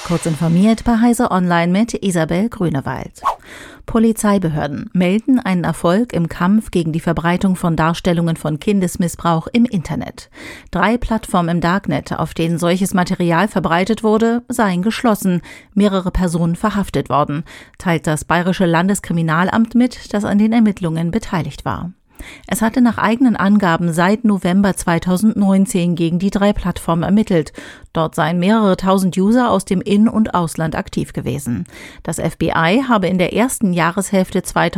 Kurz informiert bei Heise Online mit Isabel Grünewald. Polizeibehörden melden einen Erfolg im Kampf gegen die Verbreitung von Darstellungen von Kindesmissbrauch im Internet. 3 Plattformen im Darknet, auf denen solches Material verbreitet wurde, seien geschlossen, mehrere Personen verhaftet worden, teilt das Bayerische Landeskriminalamt mit, das an den Ermittlungen beteiligt war. Es hatte nach eigenen Angaben seit November 2019 gegen die 3 Plattformen ermittelt. Dort seien mehrere tausend User aus dem In- und Ausland aktiv gewesen. Das FBI habe in der ersten Jahreshälfte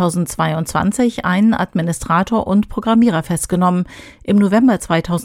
2022 einen Administrator und Programmierer festgenommen. Im November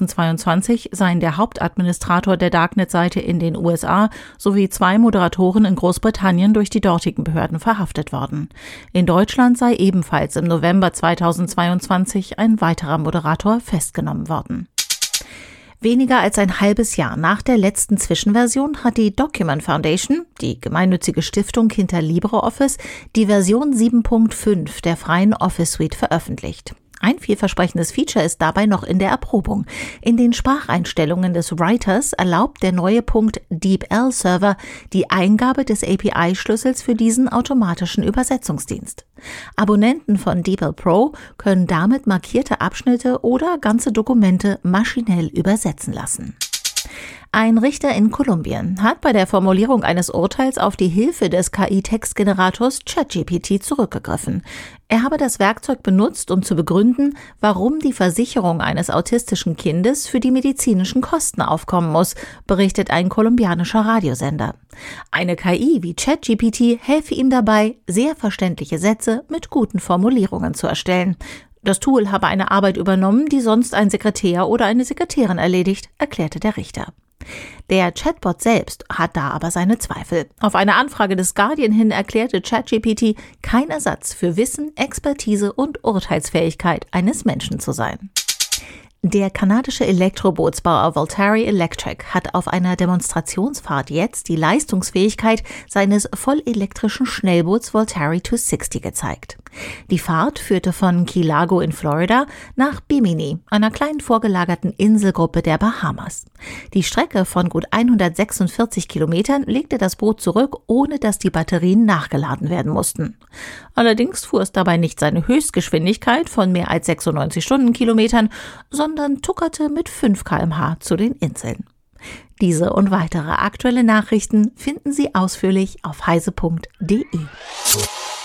2022 seien der Hauptadministrator der Darknet-Seite in den USA sowie 2 Moderatoren in Großbritannien durch die dortigen Behörden verhaftet worden. In Deutschland sei ebenfalls im November 2022 ein weiterer Moderator festgenommen worden. Weniger als ein halbes Jahr nach der letzten Zwischenversion hat die Document Foundation, die gemeinnützige Stiftung hinter LibreOffice, die Version 7.5 der freien Office Suite veröffentlicht. Ein vielversprechendes Feature ist dabei noch in der Erprobung. In den Spracheinstellungen des Writers erlaubt der neue Punkt DeepL Server die Eingabe des API-Schlüssels für diesen automatischen Übersetzungsdienst. Abonnenten von DeepL Pro können damit markierte Abschnitte oder ganze Dokumente maschinell übersetzen lassen. Ein Richter in Kolumbien hat bei der Formulierung eines Urteils auf die Hilfe des KI-Textgenerators ChatGPT zurückgegriffen. Er habe das Werkzeug benutzt, um zu begründen, warum die Versicherung eines autistischen Kindes für die medizinischen Kosten aufkommen muss, berichtet ein kolumbianischer Radiosender. Eine KI wie ChatGPT helfe ihm dabei, sehr verständliche Sätze mit guten Formulierungen zu erstellen. Das Tool habe eine Arbeit übernommen, die sonst ein Sekretär oder eine Sekretärin erledigt, erklärte der Richter. Der Chatbot selbst hat da aber seine Zweifel. Auf eine Anfrage des Guardian hin erklärte ChatGPT, kein Ersatz für Wissen, Expertise und Urteilsfähigkeit eines Menschen zu sein. Der kanadische Elektrobootsbauer Voltari Electric hat auf einer Demonstrationsfahrt jetzt die Leistungsfähigkeit seines vollelektrischen Schnellboots Voltari 260 gezeigt. Die Fahrt führte von Key Largo in Florida nach Bimini, einer kleinen vorgelagerten Inselgruppe der Bahamas. Die Strecke von gut 146 Kilometern legte das Boot zurück, ohne dass die Batterien nachgeladen werden mussten. Allerdings fuhr es dabei nicht seine Höchstgeschwindigkeit von mehr als 96 Stundenkilometern, sondern tuckerte mit 5 km/h zu den Inseln. Diese und weitere aktuelle Nachrichten finden Sie ausführlich auf heise.de.